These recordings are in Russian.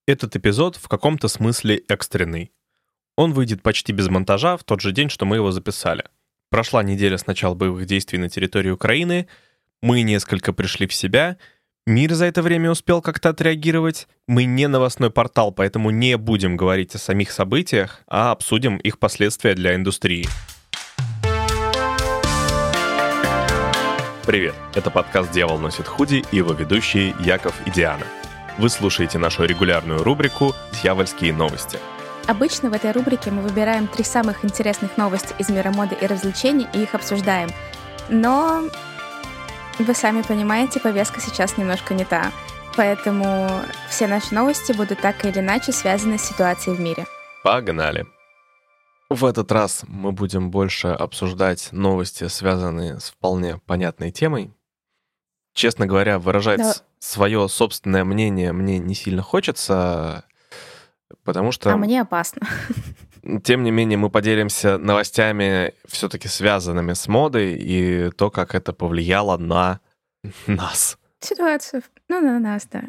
Этот эпизод в каком-то смысле экстренный. Он выйдет почти без монтажа в тот же день, что мы его записали. Прошла неделя с начала боевых действий на территории Украины, мы несколько пришли в себя, мир за это время успел как-то отреагировать. Мы не новостной портал, поэтому не будем говорить о самих событиях, а обсудим их последствия для индустрии. Привет, это подкаст «Дьявол носит худи» и его ведущие Яков и Диана. Вы слушаете нашу регулярную рубрику «Дьявольские новости». Обычно в этой рубрике мы выбираем 3 самых интересных новости из мира моды и развлечений и их обсуждаем. Но, вы сами понимаете, повестка сейчас немножко не та. Поэтому все наши новости будут так или иначе связаны с ситуацией в мире. Погнали! В этот раз мы будем больше обсуждать новости, связанные с вполне понятной темой. Честно говоря, выражать свое собственное мнение мне не сильно хочется, потому что... А мне опасно. Тем не менее, мы поделимся новостями, все-таки связанными с модой, и то, как это повлияло на нас. Ситуацию. На нас, да.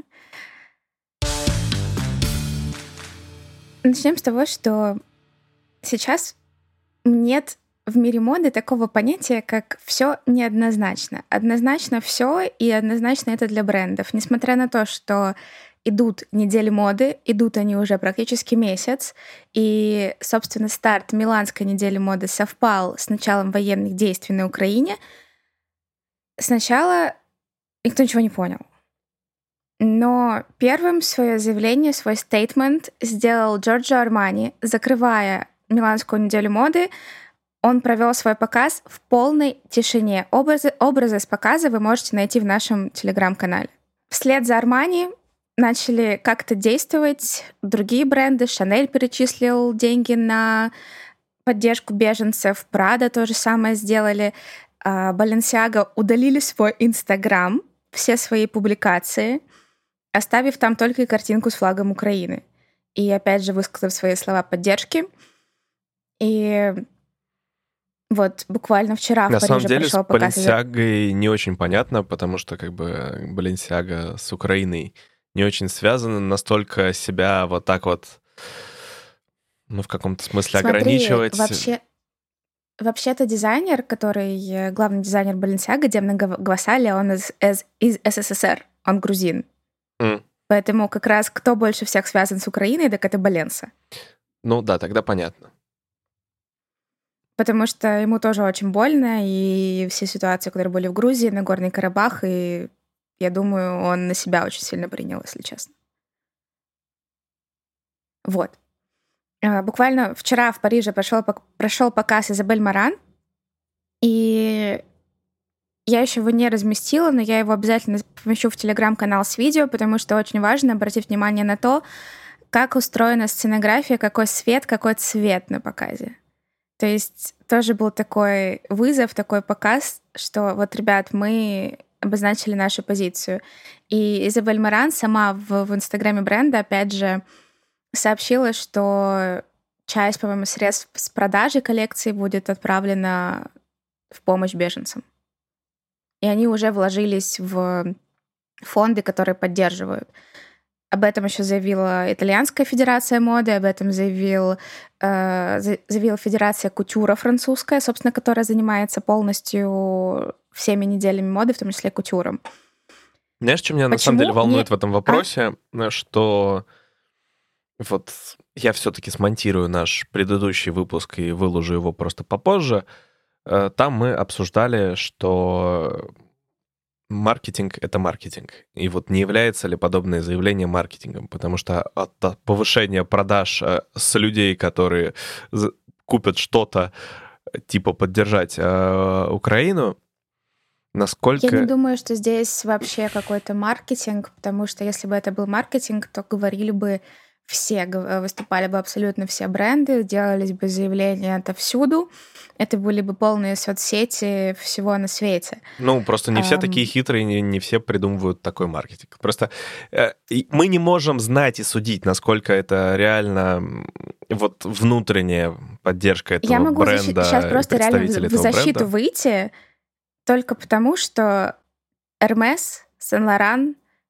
Начнем с того, что сейчас нет в мире моды такого понятия, как все неоднозначно. Однозначно все, и однозначно это для брендов. Несмотря на то, что идут недели моды, идут они уже практически месяц, и, собственно, старт Миланской недели моды совпал с началом военных действий на Украине, сначала никто ничего не понял. Но первым свое заявление, свой стейтмент сделал Джорджо Армани, закрывая Миланскую неделю моды. Он провел свой показ в полной тишине. Образы с показа вы можете найти в нашем телеграм-канале. Вслед за Армани начали как-то действовать другие бренды. Шанель перечислил деньги на поддержку беженцев. Прада то же самое сделали. Balenciaga удалили свой Инстаграм, все свои публикации, оставив там только картинку с флагом Украины. И опять же высказав свои слова поддержки. И вот буквально вчера в Париже прошел показ. На самом деле с Balenciaga не очень понятно, потому что как бы Balenciaga с Украиной не очень связаны, настолько себя вот так вот, в каком-то смысле ограничивать. Вообще-то дизайнер, который главный дизайнер Balenciaga, Демна Гвасали, он из СССР, он грузин. Поэтому как раз кто больше всех связан с Украиной, так это Баленса. Ну да, тогда понятно. Потому что ему тоже очень больно, и все ситуации, которые были в Грузии, Нагорный Карабах, и я думаю, он на себя очень сильно принял, если честно. Вот. Буквально вчера в Париже прошел показ Изабель Маран, и я еще его не разместила, но я его обязательно помещу в телеграм-канал с видео, потому что очень важно обратить внимание на то, как устроена сценография, какой свет, какой цвет на показе. То есть тоже был такой вызов, такой показ, что вот, ребят, мы обозначили нашу позицию. И Изабель Маран сама в инстаграме бренда, опять же, сообщила, что часть, по-моему, средств с продажи коллекции будет отправлена в помощь беженцам. И они уже вложились в фонды, которые поддерживают. Об этом еще заявила Итальянская федерация моды, об этом заявила Федерация кутюра французская, собственно, которая занимается полностью всеми неделями моды, в том числе кутюром. Знаешь, что меня на самом деле волнует в этом вопросе? Что вот я все-таки смонтирую наш предыдущий выпуск и выложу его просто попозже. Там мы обсуждали, что маркетинг — это маркетинг. И вот не является ли подобное заявление маркетингом? Потому что от повышения продаж с людей, которые купят что-то, типа поддержать Украину, насколько... Я не думаю, что здесь вообще какой-то маркетинг, потому что если бы это был маркетинг, то говорили бы все, выступали бы абсолютно все бренды, делались бы заявления отовсюду. Это были бы полные соцсети всего на свете. Просто не все такие хитрые, не все придумывают такой маркетинг. Просто мы не можем знать и судить, насколько это реально вот внутренняя поддержка этого бренда. Я могу сейчас просто реально в защиту выйти только потому, что Hermès, Saint Laurent,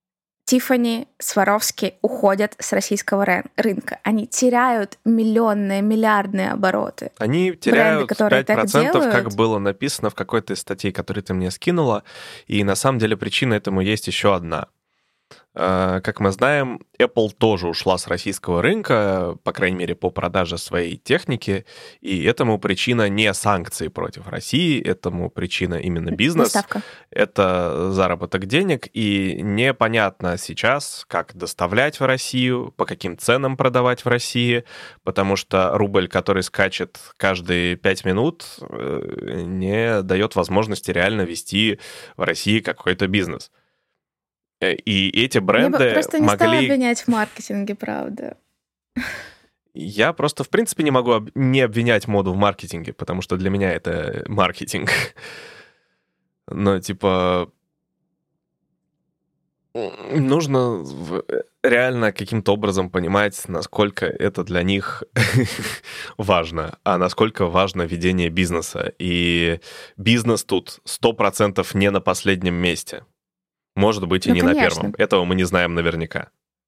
Тиффани, Сваровски уходят с российского рынка. Они теряют миллионные, миллиардные обороты. Они теряют бренды, 5%, как было написано в какой-то из статей, которые ты мне скинула. И на самом деле причина этому есть еще одна. Как мы знаем, Apple тоже ушла с российского рынка, по крайней мере, по продаже своей техники, и этому причина не санкции против России, этому причина именно бизнес. Доставка. Это заработок денег, и непонятно сейчас, как доставлять в Россию, по каким ценам продавать в России, потому что рубль, который скачет каждые 5 минут, не дает возможности реально вести в России какой-то бизнес. И эти бренды Я бы просто не могли... стала обвинять в маркетинге, правда. Я просто, в принципе, не могу не обвинять моду в маркетинге, потому что для меня это маркетинг. Но, типа, нужно реально каким-то образом понимать, насколько это для них важно, а насколько важно ведение бизнеса. И бизнес тут 100% не на последнем месте. Может быть, и не конечно. На первом. Этого мы не знаем наверняка.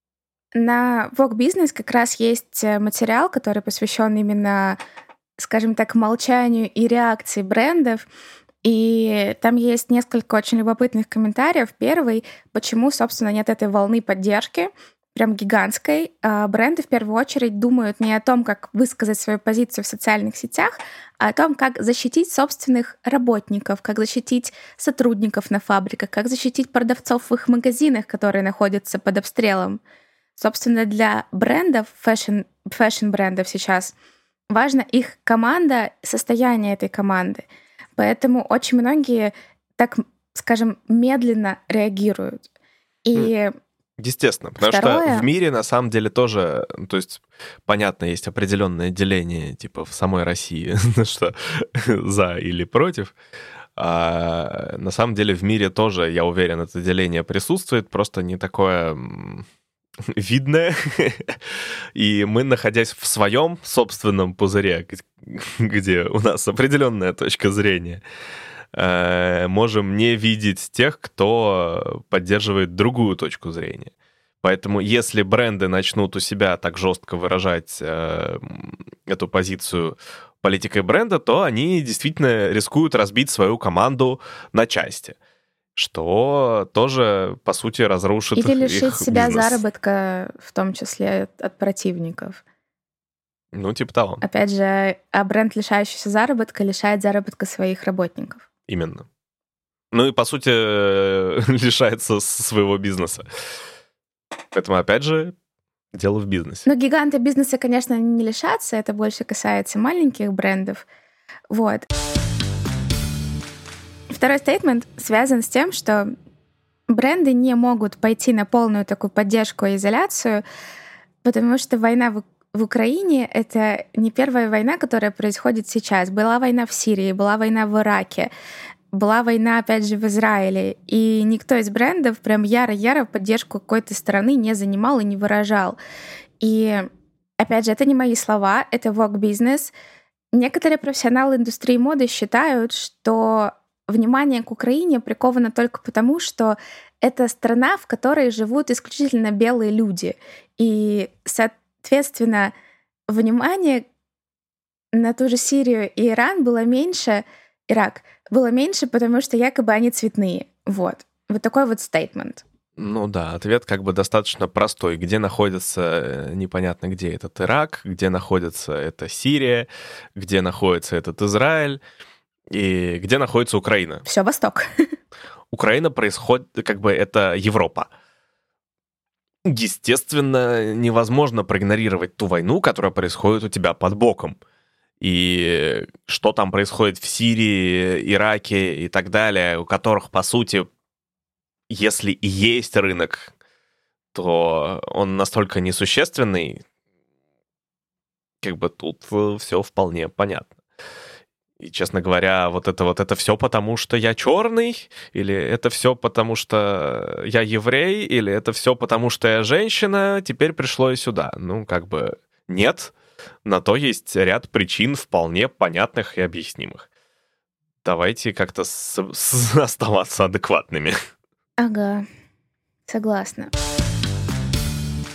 На Vogue Business как раз есть материал, который посвящен именно, скажем так, молчанию и реакции брендов. И там есть несколько очень любопытных комментариев. Первый, почему, собственно, нет этой волны поддержки, прям гигантской. Бренды в первую очередь думают не о том, как высказать свою позицию в социальных сетях, а о том, как защитить собственных работников, как защитить сотрудников на фабриках, как защитить продавцов в их магазинах, которые находятся под обстрелом. Собственно, для брендов, фэшн-брендов сейчас важна их команда, состояние этой команды. Поэтому очень многие, так скажем, медленно реагируют. И естественно, потому что в мире на самом деле тоже, то есть, понятно, есть определенное деление, типа, в самой России, что за или против. А на самом деле в мире тоже, я уверен, это деление присутствует, просто не такое видное. И мы, находясь в своем собственном пузыре, где у нас определенная точка зрения, можем не видеть тех, кто поддерживает другую точку зрения. Поэтому если бренды начнут у себя так жестко выражать эту позицию политикой бренда, то они действительно рискуют разбить свою команду на части, что тоже, по сути, разрушит их бизнес. Или лишить себя заработка, в том числе от противников. Ну, типа того. Опять же, бренд, лишающийся заработка, лишает заработка своих работников. Именно. Ну и, по сути, лишается своего бизнеса. Поэтому, опять же, дело в бизнесе. Но гиганты бизнеса, конечно, не лишатся, это больше касается маленьких брендов. Вот. Второй стейтмент связан с тем, что бренды не могут пойти на полную такую поддержку и изоляцию, потому что война в Украине — это не первая война, которая происходит сейчас. Была война в Сирии, была война в Ираке, была война, опять же, в Израиле. И никто из брендов прям яро-яро поддержку какой-то страны не занимал и не выражал. И, опять же, это не мои слова, это Vogue Business. Некоторые профессионалы индустрии моды считают, что внимание к Украине приковано только потому, что это страна, в которой живут исключительно белые люди. И, соответственно, внимание на ту же Сирию и Ирак было меньше, потому что якобы они цветные. Вот. Вот такой вот стейтмент. Ну да, ответ как бы достаточно простой. Где находится, непонятно где этот Ирак, где находится эта Сирия, где находится этот Израиль и где находится Украина. Все Восток. Украина происходит, как бы это Европа. Естественно, невозможно проигнорировать ту войну, которая происходит у тебя под боком. И что там происходит в Сирии, Ираке и так далее, у которых, по сути, если и есть рынок, то он настолько несущественный, как бы тут все вполне понятно. И, честно говоря, вот это все потому, что я черный, или это все потому, что я еврей, или это все потому, что я женщина, теперь пришло и сюда. Ну, как бы нет. На то есть ряд причин вполне понятных и объяснимых. Давайте как-то оставаться адекватными. Ага, согласна.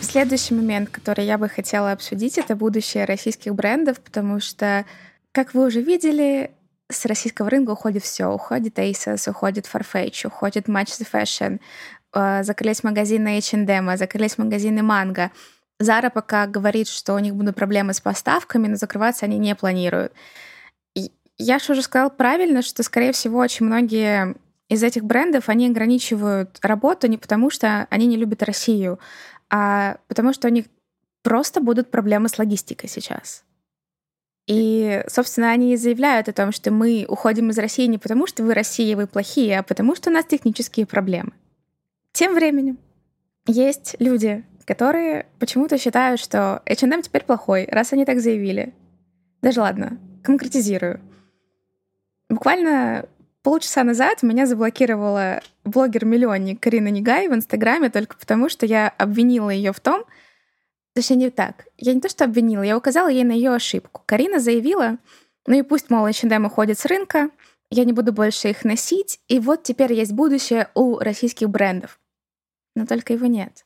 следующий момент, который я бы хотела обсудить, это будущее российских брендов, потому что, как вы уже видели, с российского рынка уходит все. Уходит ASOS, уходит Farfetch, уходит Match the Fashion, закрылись магазины H&M, закрылись магазины Mango. Zara пока говорит, что у них будут проблемы с поставками, но закрываться они не планируют. И я же уже сказала правильно, что, скорее всего, очень многие из этих брендов, они ограничивают работу не потому, что они не любят Россию, а потому что у них просто будут проблемы с логистикой сейчас. И, собственно, они и заявляют о том, что мы уходим из России не потому, что вы Россия, вы плохие, а потому что у нас технические проблемы. Тем временем есть люди, которые почему-то считают, что H&M теперь плохой, раз они так заявили. Даже ладно, конкретизирую. Буквально полчаса назад меня заблокировала блогер-миллионник Карина Нигай в Инстаграме только потому, что я обвинила ее в том, точнее, не так. Я не то, что обвинила, я указала ей на ее ошибку. Карина заявила, ну и пусть, мол, H&M уходит с рынка, я не буду больше их носить, и вот теперь есть будущее у российских брендов. Но только его нет.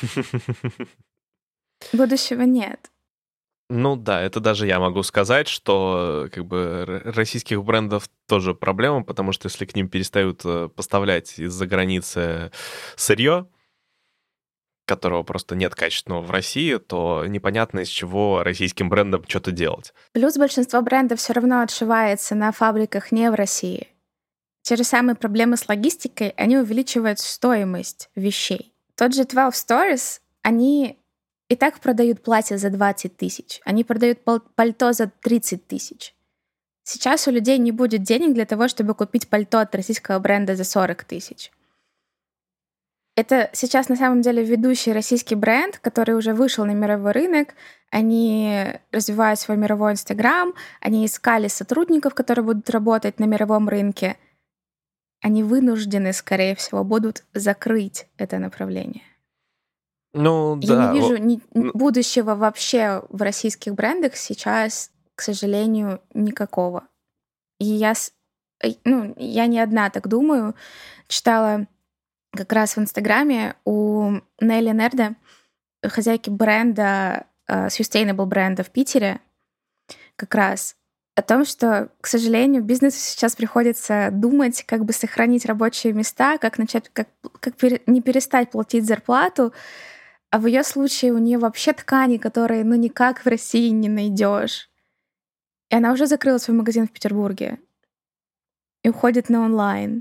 Будущего нет. Ну да, это даже я могу сказать, что как бы российских брендов тоже проблема, потому что если к ним перестают поставлять из-за границы сырье, которого просто нет качественного в России, то непонятно, из чего российским брендам что-то делать. Плюс большинство брендов все равно отшивается на фабриках не в России. Те же самые проблемы с логистикой, они увеличивают стоимость вещей. Тот же 12 Stories, они и так продают платья за 20 тысяч, они продают пальто за 30 тысяч. Сейчас у людей не будет денег для того, чтобы купить пальто от российского бренда за 40 тысяч. Это сейчас на самом деле ведущий российский бренд, который уже вышел на мировой рынок. Они развивают свой мировой Инстаграм, они искали сотрудников, которые будут работать на мировом рынке. Они вынуждены, скорее всего, будут закрыть это направление. Ну, Я да. не вижу будущего вообще в российских брендах сейчас, к сожалению, никакого. И я не одна так думаю. Читала как раз в Инстаграме у Нелли Нерда, хозяйки бренда, Sustainable бренда в Питере, как раз о том, что, к сожалению, бизнесу сейчас приходится думать, как бы сохранить рабочие места, как начать, как не перестать платить зарплату. А в ее случае у нее вообще ткани, которые никак в России не найдешь. И она уже закрыла свой магазин в Петербурге и уходит на онлайн.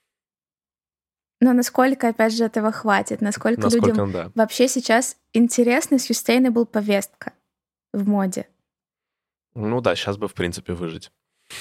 Но насколько, опять же, этого хватит? Насколько людям вообще сейчас интересна sustainable повестка в моде? Ну да, сейчас бы, в принципе, выжить.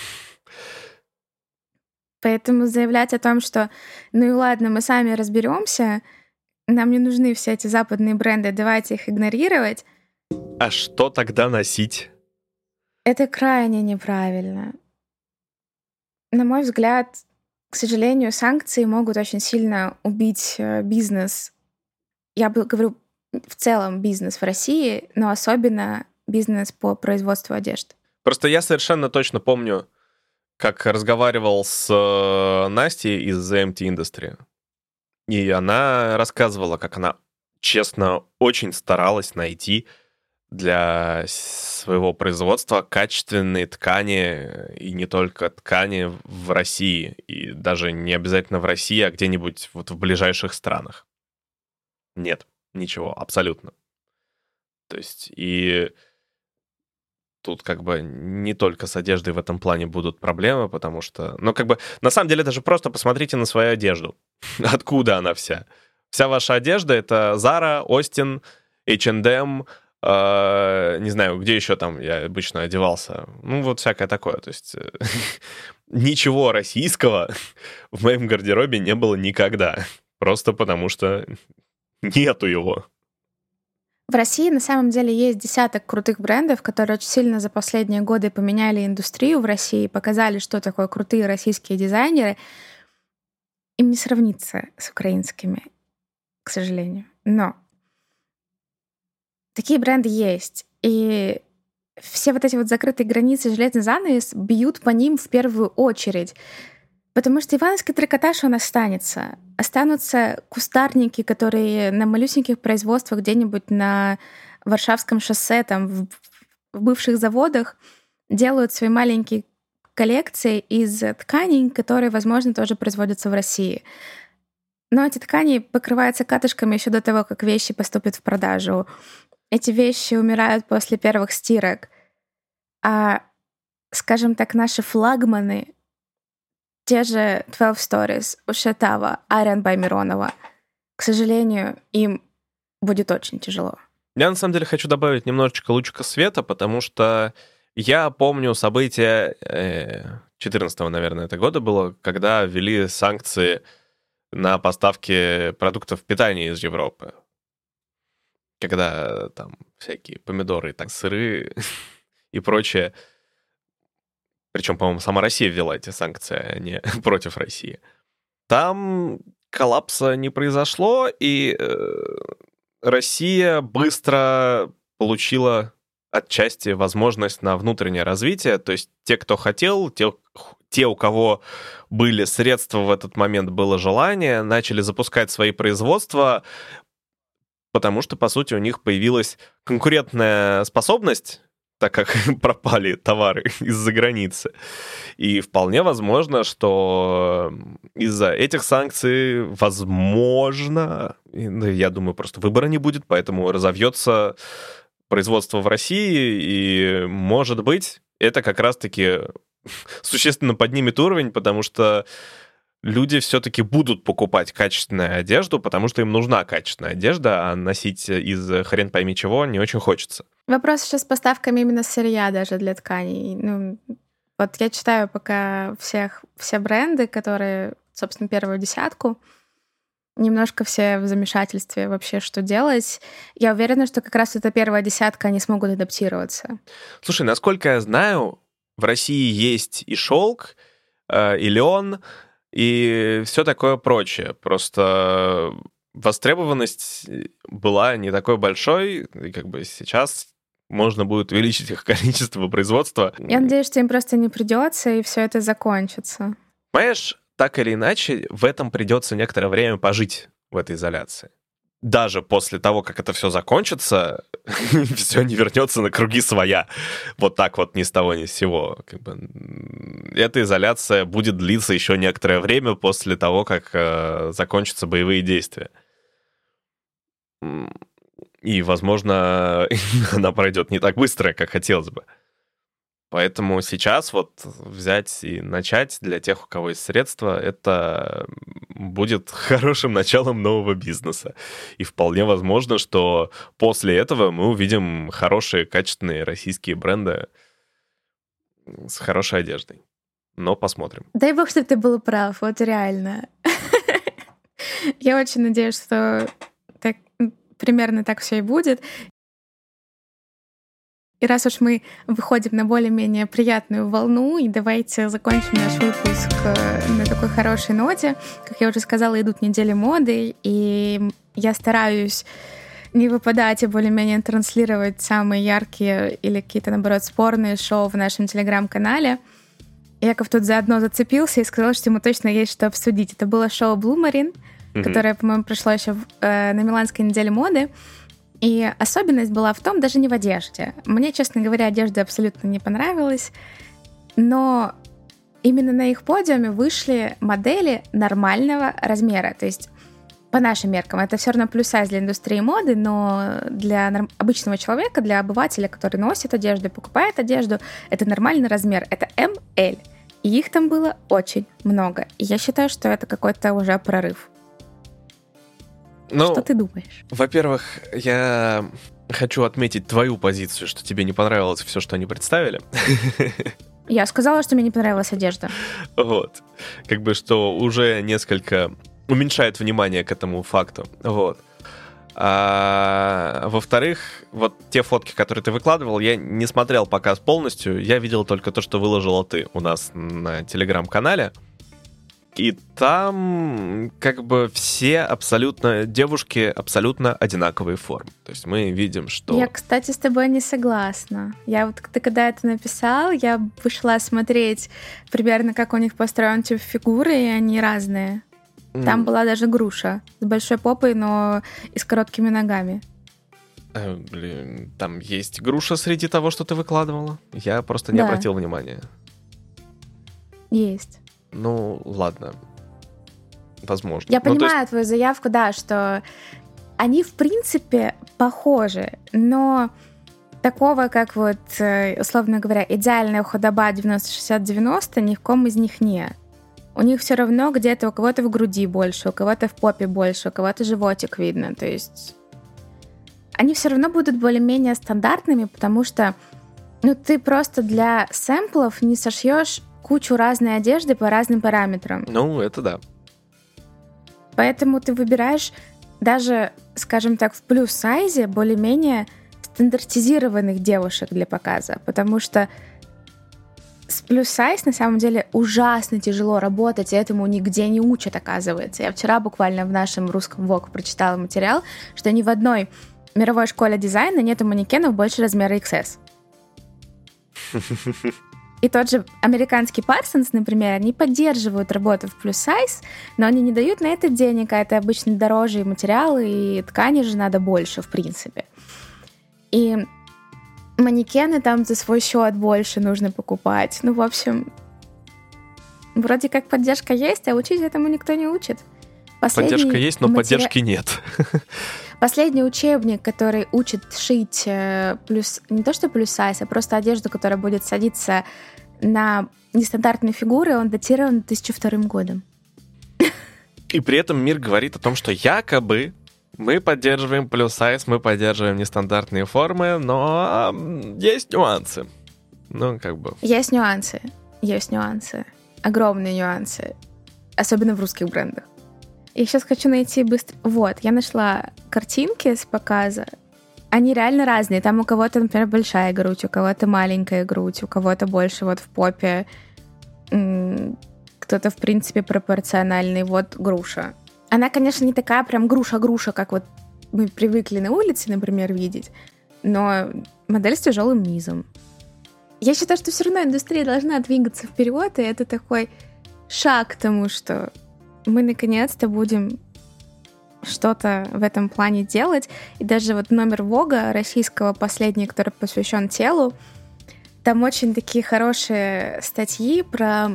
Поэтому заявлять о том, что ну и ладно, мы сами разберемся, нам не нужны все эти западные бренды, давайте их игнорировать. А что тогда носить? Это крайне неправильно. На мой взгляд, к сожалению, санкции могут очень сильно убить бизнес. Я говорю в целом бизнес в России, но особенно бизнес по производству одежды. Просто я совершенно точно помню, как разговаривал с Настей из The Empty Industry. И она рассказывала, как она, честно, очень старалась найти для своего производства качественные ткани, и не только ткани в России, и даже не обязательно в России, а где-нибудь вот в ближайших странах. Нет, ничего, абсолютно. То есть и тут как бы не только с одеждой в этом плане будут проблемы, потому что, на самом деле даже просто посмотрите на свою одежду. Откуда она вся? Вся ваша одежда — это Zara, Austin, H&M, не знаю, где еще там я обычно одевался. Ну, вот всякое такое. То есть ничего российского в моем гардеробе не было никогда. Просто потому что нету его. В России на самом деле есть десяток крутых брендов, которые очень сильно за последние годы поменяли индустрию в России, показали, что такое крутые российские дизайнеры. Им не сравнится с украинскими, к сожалению. Но такие бренды есть. И все вот эти вот закрытые границы, железный занавес бьют по ним в первую очередь. Потому что ивановский трикотаж, он останется. Останутся кустарники, которые на малюсеньких производствах где-нибудь на Варшавском шоссе, там, в бывших заводах делают свои маленькие коллекции из тканей, которые, возможно, тоже производятся в России. Но эти ткани покрываются катышками еще до того, как вещи поступят в продажу. Эти вещи умирают после первых стирок. А, скажем так, наши флагманы, те же 12 Stories, Ушатава, Iron by Миронова, к сожалению, им будет очень тяжело. Я, на самом деле, хочу добавить немножечко лучика света, потому что я помню события 14-го, наверное, это года было, когда ввели санкции на поставки продуктов питания из Европы. Когда там всякие помидоры, так, сыры и прочее. Причем, по-моему, сама Россия ввела эти санкции, а не против России. Там коллапса не произошло, и Россия быстро получила отчасти возможность на внутреннее развитие. То есть те, кто хотел, те, у кого были средства в этот момент, было желание, начали запускать свои производства, потому что, по сути, у них появилась конкурентная способность, так как пропали товары из-за границы. И вполне возможно, что из-за этих санкций, возможно, я думаю, просто выбора не будет, поэтому разовьется производство в России, и, может быть, это как раз-таки существенно поднимет уровень, потому что люди все-таки будут покупать качественную одежду, потому что им нужна качественная одежда, а носить из хрен пойми чего не очень хочется. Вопрос сейчас с поставками именно сырья даже для тканей. Ну, вот я читаю пока все бренды, которые, собственно, первую десятку, немножко все в замешательстве вообще, что делать. Я уверена, что как раз эта первая десятка, они смогут адаптироваться. Слушай, насколько я знаю, в России есть и шелк, и лен, и все такое прочее. Просто востребованность была не такой большой, и как бы сейчас можно будет увеличить их количество производства. Я надеюсь, что им просто не придется, и все это закончится. Понимаешь, так или иначе, в этом придется некоторое время пожить, в этой изоляции. Даже после того, как это все закончится, все не вернется на круги своя. Вот так вот ни с того ни с сего. Как бы, эта изоляция будет длиться еще некоторое время после того, как закончатся боевые действия. И, возможно, она пройдет не так быстро, как хотелось бы. Поэтому сейчас вот взять и начать для тех, у кого есть средства, это будет хорошим началом нового бизнеса. И вполне возможно, что после этого мы увидим хорошие, качественные российские бренды с хорошей одеждой. Но посмотрим. Дай бог, чтобы ты был прав, вот реально. Я очень надеюсь, что примерно так все и будет. И раз уж мы выходим на более-менее приятную волну, и давайте закончим наш выпуск на такой хорошей ноте. Как я уже сказала, идут недели моды, и я стараюсь не выпадать и более-менее транслировать самые яркие или какие-то, наоборот, спорные шоу в нашем телеграм-канале. Яков тут заодно зацепился и сказал, что ему точно есть что обсудить. Это было шоу Blue Marine, которое, по-моему, прошло еще на Миланской неделе моды. И особенность была в том, даже не в одежде. Мне, честно говоря, одежда абсолютно не понравилась, но именно на их подиуме вышли модели нормального размера. То есть по нашим меркам это все равно плюс-сайз для индустрии моды, но для обычного человека, для обывателя, который носит одежду и покупает одежду, это нормальный размер. Это ML. И их там было очень много. И я считаю, что это какой-то уже прорыв. Ну, что ты думаешь? Во-первых, я хочу отметить твою позицию, что тебе не понравилось все, что они представили. Я сказала, что мне не понравилась одежда. Вот. Как бы, что уже несколько уменьшает внимание к этому факту. Вот. А во-вторых, вот те фотки, которые ты выкладывал, я не смотрел показ полностью. Я видел только то, что выложила ты у нас на телеграм-канале. И там как бы все девушки абсолютно одинаковой формы. То есть мы видим, что... Я, кстати, с тобой не согласна. Ты когда это написал, я пошла смотреть примерно, как у них построен тип фигуры, и они разные. Там была даже груша с большой попой, но и с короткими ногами. Блин, там есть груша среди того, что ты выкладывала? Я просто не обратил внимания. Есть. Ну, ладно. Возможно. Я понимаю твою заявку, да, что они, в принципе, похожи, но такого, как вот, условно говоря, идеальная худоба 90-60-90, ни в ком из них нет. У них все равно где-то у кого-то в груди больше, у кого-то в попе больше, у кого-то животик видно. То есть они все равно будут более-менее стандартными, потому что ты просто для сэмплов не сошьешь кучу разной одежды по разным параметрам. Ну, это да. Поэтому ты выбираешь даже, скажем так, в плюс-сайзе более-менее стандартизированных девушек для показа, потому что с плюс-сайз на самом деле ужасно тяжело работать, и этому нигде не учат, оказывается. Я вчера буквально в нашем русском Vogue прочитала материал, что ни в одной мировой школе дизайна нету манекенов больше размера XS. И тот же американский Parsons, например, они поддерживают работу в плюс-сайз, но они не дают на это денег, а это обычно дороже и материалы, и ткани же надо больше, в принципе. И манекены там за свой счет больше нужно покупать. В общем, вроде как поддержка есть, а учить этому никто не учит. Поддержка есть, но поддержки нет. Последний учебник, который учит шить не то что плюс-сайз, а просто одежду, которая будет садиться на нестандартные фигуры, он датирован 2002 годом. И при этом мир говорит о том, что якобы мы поддерживаем плюс-сайз, мы поддерживаем нестандартные формы, но есть нюансы. Есть нюансы. Огромные нюансы. Особенно в русских брендах. Я сейчас хочу найти быстро... Я нашла картинки с показа. Они реально разные. Там у кого-то, например, большая грудь, у кого-то маленькая грудь, у кого-то больше в попе. Кто-то, в принципе, пропорциональный. Груша. Она, конечно, не такая прям груша-груша, как мы привыкли на улице, например, видеть, но модель с тяжелым низом. Я считаю, что все равно индустрия должна двигаться вперед, и это такой шаг к тому, что мы наконец-то будем что-то в этом плане делать. И даже номер Vogue российского, последний, который посвящен телу, там очень такие хорошие статьи про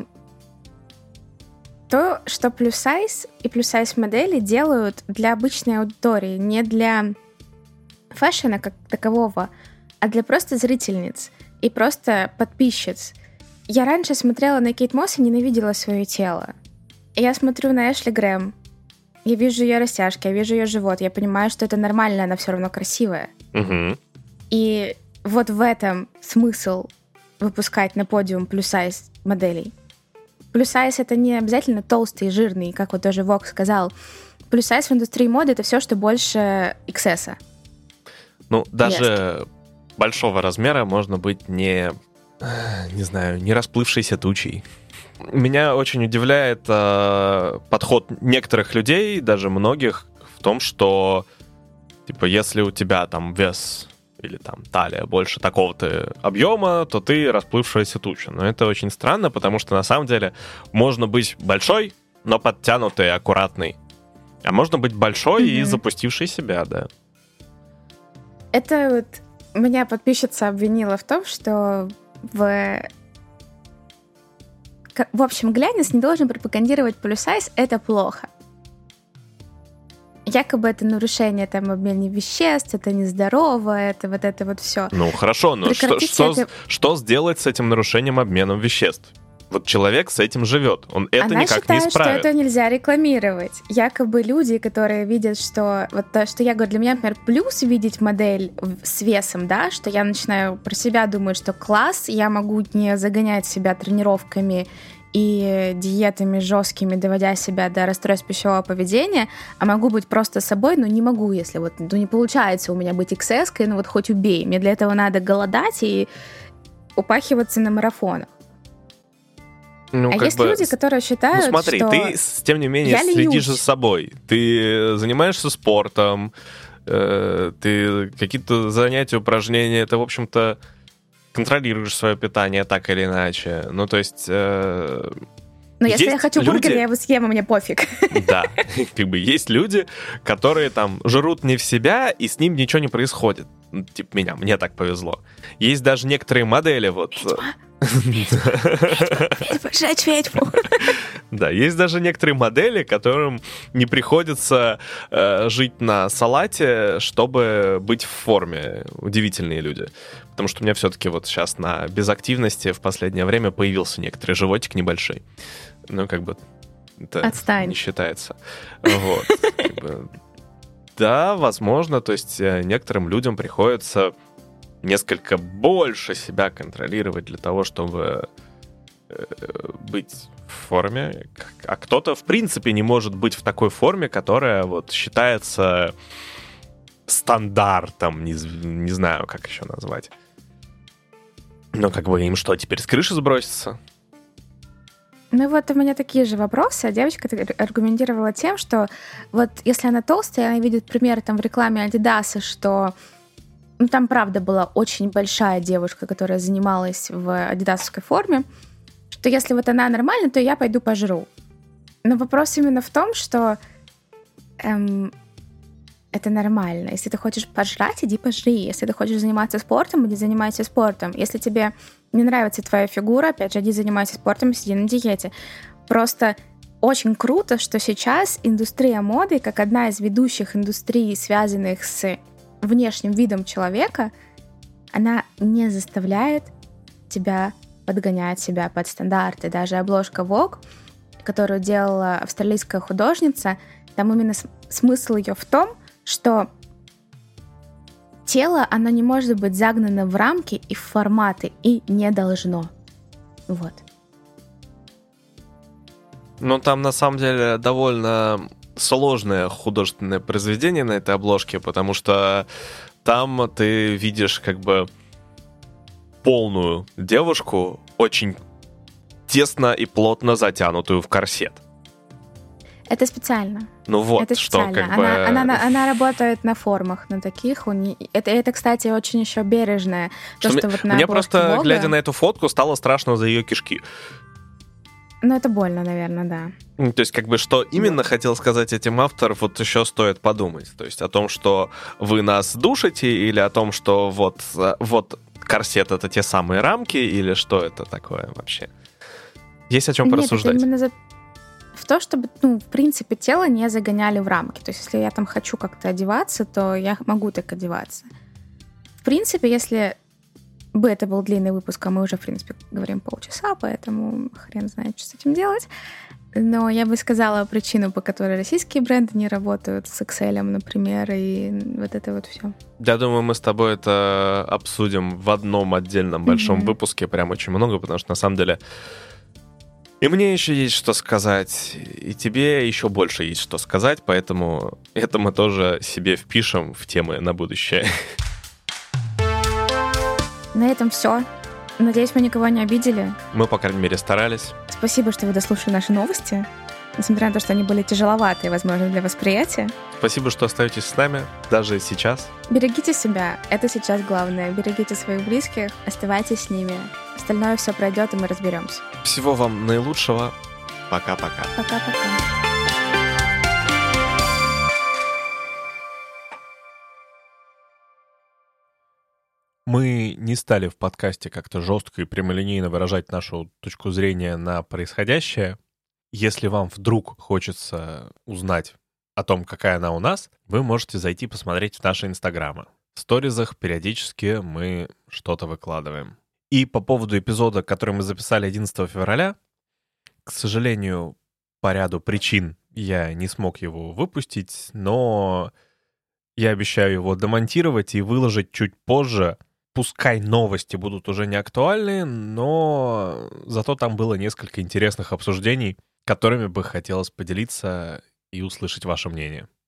то, что плюс-сайз и плюс-сайз модели делают для обычной аудитории, не для фэшена как такового, а для просто зрительниц и просто подписчиц. Я раньше смотрела на Кейт Мосс и ненавидела свое тело. Я смотрю на Эшли Грэм, я вижу ее растяжки, я вижу ее живот, я понимаю, что это нормально, она все равно красивая. Угу. И вот в этом смысл выпускать на подиум плюс-сайз моделей. Плюс-сайз — это не обязательно толстый и жирный, как тоже Vogue сказал. Плюс-сайз в индустрии моды — это все, что больше XS. Даже большого размера можно быть не расплывшейся тучей. Меня очень удивляет подход некоторых людей, даже многих, в том, что если у тебя там вес или там талия больше такого-то объема, то ты расплывшаяся туча. Но это очень странно, потому что на самом деле можно быть большой, но подтянутый и аккуратный. А можно быть большой и запустивший себя, да. Это меня подписчица обвинила в том, что в общем, глянец не должен пропагандировать плюс-сайз, это плохо. Якобы это нарушение обмена веществ, это нездорово, это все. Хорошо, но что сделать с этим нарушением обмена веществ? Человек с этим живет, он это Она никак считает, не исправит. что это нельзя рекламировать. Якобы люди, которые видят, что... то, что я говорю, для меня, например, плюс видеть модель с весом, да, что я начинаю про себя думать, что класс, я могу не загонять себя тренировками и диетами жесткими, доводя себя до расстройств пищевого поведения, а могу быть просто собой, но не могу, если не получается у меня быть XS-кой, хоть убей. Мне для этого надо голодать и упахиваться на марафонах. Есть люди, которые считают, смотри, что... ты, тем не менее, следишь за собой. Ты занимаешься спортом, ты какие-то занятия, упражнения, это, в общем-то, контролируешь свое питание так или иначе. Ну, то есть... Но если я хочу бургер, я его съем, и мне пофиг. Да, есть люди, которые там жрут не в себя, и с ним ничего не происходит. Типа меня, мне так повезло. Есть даже некоторые модели, вот... Ведьма, сжечь ведьму. Да, есть даже некоторые модели, которым не приходится жить на салате, чтобы быть в форме. Удивительные люди. Потому что у меня все-таки вот сейчас на безактивности в последнее время появился некоторый животик небольшой. Ну, это Отстань. Не считается. Вот. Да, возможно, то есть некоторым людям приходится несколько больше себя контролировать для того, чтобы быть в форме, а кто-то, в принципе, не может быть в такой форме, которая вот считается стандартом, не знаю, как еще назвать. Но им что, теперь с крыши сброситься? Ну вот у меня такие же вопросы. Девочка аргументировала тем, что вот если она толстая, она видит пример там в рекламе Adidas, что там правда была очень большая девушка, которая занималась в адидасовской форме, что если вот она нормальная, то я пойду пожру. Но вопрос именно в том, что это нормально. Если ты хочешь пожрать, иди пожри. Если ты хочешь заниматься спортом, иди занимайся спортом. Если тебе не нравится твоя фигура, опять же, иди занимайся спортом, сиди на диете. Просто очень круто, что сейчас индустрия моды, как одна из ведущих индустрий, связанных с внешним видом человека, она не заставляет тебя подгонять себя под стандарты. Даже обложка Vogue, которую делала австралийская художница, там именно смысл ее в том, что тело, оно не может быть загнано в рамки и в форматы, и не должно. Вот. Ну, там, на самом деле, довольно сложное художественное произведение на этой обложке, потому что там ты видишь полную девушку, очень тесно и плотно затянутую в корсет. Это специально. Ну вот, это что она работает на формах, на таких. Это, кстати, очень еще бережное. Мне просто, глядя на эту фотку, стало страшно за ее кишки. Ну, это больно, наверное, да. То есть, что именно хотел сказать этим автор, вот еще стоит подумать. То есть, о том, что вы нас душите, или о том, что вот корсет — это те самые рамки, или что это такое вообще? Есть о чем порассуждать. Нет, это именно в то, чтобы, в принципе, тело не загоняли в рамки. То есть, если я там хочу как-то одеваться, то я могу так одеваться. В принципе, если бы это был длинный выпуск, а мы уже, в принципе, говорим полчаса, поэтому хрен знает, что с этим делать. Но я бы сказала причину, по которой российские бренды не работают с Excel, например, и вот это вот все. Я думаю, мы с тобой это обсудим в одном отдельном большом выпуске, прям очень много, потому что, на самом деле, и мне еще есть что сказать, и тебе еще больше есть что сказать, поэтому это мы тоже себе впишем в темы на будущее. На этом все. Надеюсь, мы никого не обидели. Мы, по крайней мере, старались. Спасибо, что вы дослушали наши новости. Несмотря на то, что они были тяжеловатые, возможно, для восприятия. Спасибо, что остаетесь с нами, даже сейчас. Берегите себя, это сейчас главное. Берегите своих близких, оставайтесь с ними. Остальное все пройдет, и мы разберемся. Всего вам наилучшего. Пока-пока. Пока-пока. Мы не стали в подкасте как-то жестко и прямолинейно выражать нашу точку зрения на происходящее. Если вам вдруг хочется узнать о том, какая она у нас, вы можете зайти посмотреть в наши инстаграмы. В сторизах периодически мы что-то выкладываем. И по поводу эпизода, который мы записали 11 февраля, к сожалению, по ряду причин я не смог его выпустить, но я обещаю его демонтировать и выложить чуть позже. Пускай новости будут уже не актуальны, но зато там было несколько интересных обсуждений, которыми бы хотелось поделиться и услышать ваше мнение.